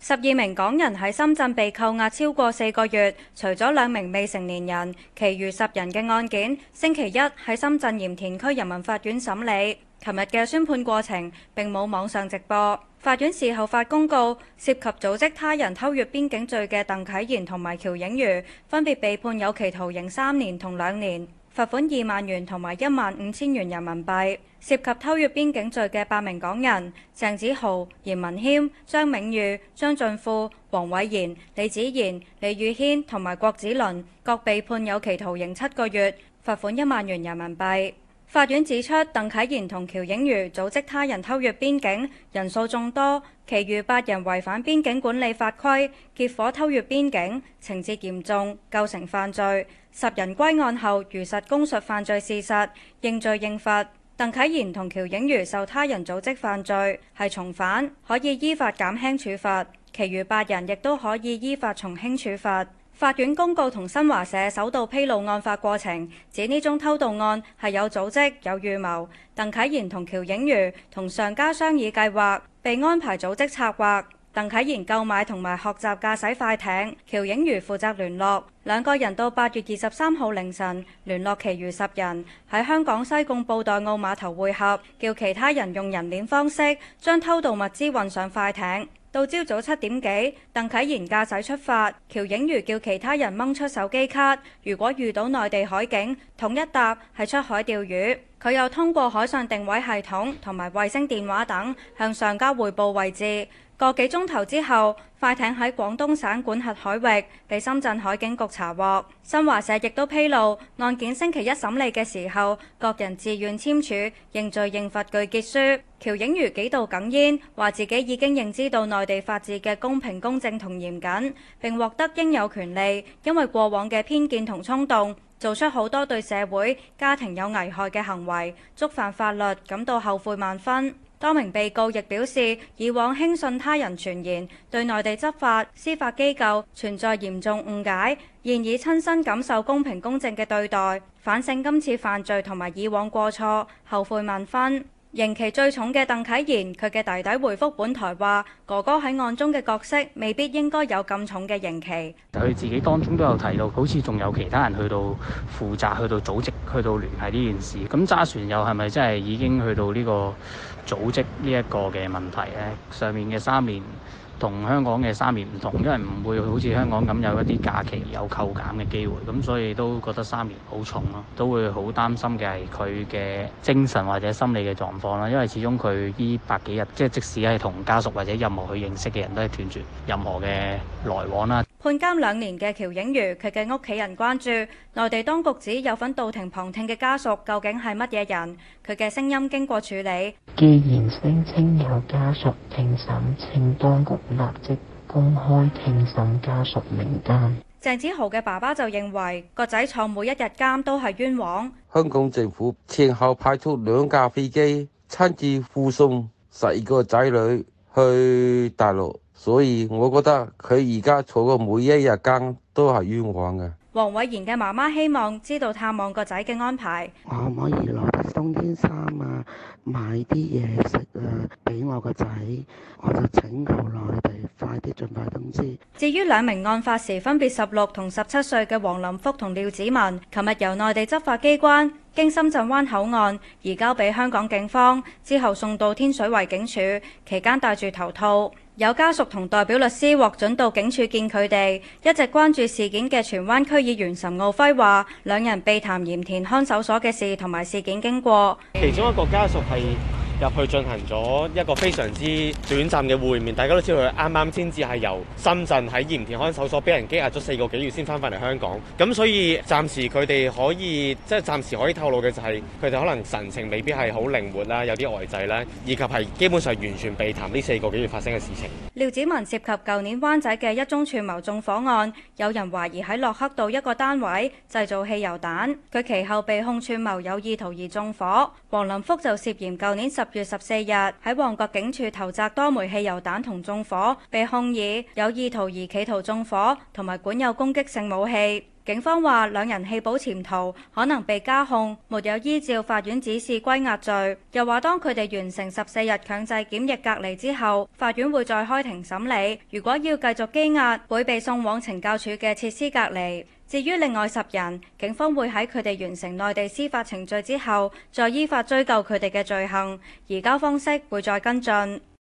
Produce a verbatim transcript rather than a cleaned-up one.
十二名港人喺深圳被扣押超過四個月，除咗兩名未成年人，其餘十人嘅案件星期一喺深圳鹽田區人民法院審理。琴日嘅宣判過程並冇網上直播。法院事後發公告，涉及組織他人偷越邊境罪嘅鄧棨然同埋喬映瑜分別被判有期徒刑三年同兩年，罰款二萬元同埋一萬五千元人民幣。涉及偷越邊境罪嘅八名港人鄭子豪、嚴文謙、張銘裕、張俊富、黃偉賢、李子賢、李宇軒同埋郭子麟各被判有期徒刑七個月，罰款一萬元人民幣。法院指出，鄧棨然同喬映瑜組織他人偷越邊境，人數眾多，其餘八人違反邊境管理法規，結夥偷越邊境，情節嚴重，構成犯罪。十人歸案後如實供述犯罪事實，認罪認罰。鄧棨然同喬映瑜受他人組織犯罪，係從犯，可以依法減輕處罰，其餘八人亦都可以依法從輕處罰。法院公告同新華社首度披露案發過程，指呢宗偷渡案係有組織、有預謀。鄧棨然同喬映瑜同上家商議計劃，被安排組織策劃。鄧棨然購買同埋學習駕駛快艇，喬映瑜負責聯絡。兩個人到八月二十三號凌晨聯絡其餘十人，喺香港西貢布袋澳碼頭會合，叫其他人用人鏈方式將偷渡物資運上快艇。到朝早七點幾，鄧棨然駕駛出發，喬映瑜叫其他人掹出手機卡，如果遇到內地海警，統一答係出海釣魚。佢又通過海上定位系統同埋衛星電話等向上家匯報位置。個幾鐘頭之後，快艇喺廣東省管轄海域被深圳海警局查獲。新華社亦都披露，案件星期一審理嘅時候，各人自願簽署認罪認罰具結書。喬映瑜幾度哽咽，話自己已經認知到內地法治嘅公平公正同嚴謹，並獲得應有權利，因為過往嘅偏見同衝動，做出好多對社會、家庭有危害嘅行為，觸犯法律，感到後悔萬分。多名被告亦表示，以往輕信他人傳言，對內地執法、司法機構存在嚴重誤解，現已親身感受公平公正嘅對待，反省今次犯罪同埋以往過錯，後悔萬分。刑期最重嘅鄧棨然，佢嘅弟弟回覆本台話：哥哥喺案中嘅角色未必應該有咁重嘅刑期。 佢自己當中都有提到，好似仲有其他人去到負責、去到組織、去到聯繫呢件事。咁揸船又係咪真係已經去到呢個組織呢一個嘅問題呢？上面嘅三年同香港嘅三年唔同，因為唔會好似香港咁有一啲假期有扣減嘅機會，咁所以都覺得三年好重咯，都會好擔心嘅係佢嘅精神或者心理嘅狀況啦。因為始終佢呢百幾日，即係即使係同家屬或者任何佢認識嘅人都係斷絕任何嘅來往啦。 判監兩年嘅喬映瑜，佢嘅屋企人關注內地當局指有份到庭旁聽嘅家屬究竟係乜嘢人？佢嘅聲音經過處理。 既然聲稱有家屬聽審，請當局立即公開聽審家屬名單。 鄭子豪嘅爸爸就認為個仔坐每一日監都係冤枉。 香港政府前後派出兩架飛機，親自護送十二個仔女去大陸。所以我覺得佢而家坐嘅每一日監都係冤枉嘅。 黃偉賢嘅媽媽希望知道探望個仔嘅安排。 我可唔可以攞啲冬天衫啊，買啲嘢食啊，俾我個仔？我就請求內地快啲盡快通知。 至於兩名案發時分別十六同十七歲嘅黃林福同廖子文，琴日由內地執法機關經深圳灣口岸移交俾香港警方，之後送到天水圍警署，期間戴住頭套。有家屬同代表律師獲准到警署見佢哋。一直關注事件嘅荃灣區議員岑敖輝話，兩人被談鹽田看守所嘅事同埋事件經過。 其中一個家屬係入去進行咗一個非常之短暫嘅會面，大家都知道佢啱啱先至係由深圳喺鹽田看守所俾人羈押咗四個幾月先翻返嚟香港，咁所以暫時佢哋可以即係暫時可以透露嘅就係佢哋可能神情未必係好靈活啦，有啲呆滯啦，以及係基本上完全被談呢四個幾月發生嘅事情。 廖子文涉及舊年灣仔嘅一宗串謀縱火案，有人懷疑喺駱克道一個單位製造汽油彈，佢其後被控串謀有意圖而縱火。黃林福就涉嫌舊年十月十四日喺旺角警署投擲多枚汽油彈同縱火，被控以有意圖而企圖縱火同埋管有攻擊性武器。 警方話兩人棄保潛逃，可能被加控沒有依照法院指示歸押罪。又話當佢哋完成十四日強制檢疫隔離之後，法院會再開庭審理。如果要繼續羈押，會被送往懲教署嘅設施隔離。至於另外十人，警方會喺佢哋完成內地司法程序之後，再依法追究佢哋嘅罪行，移交方式會再跟進。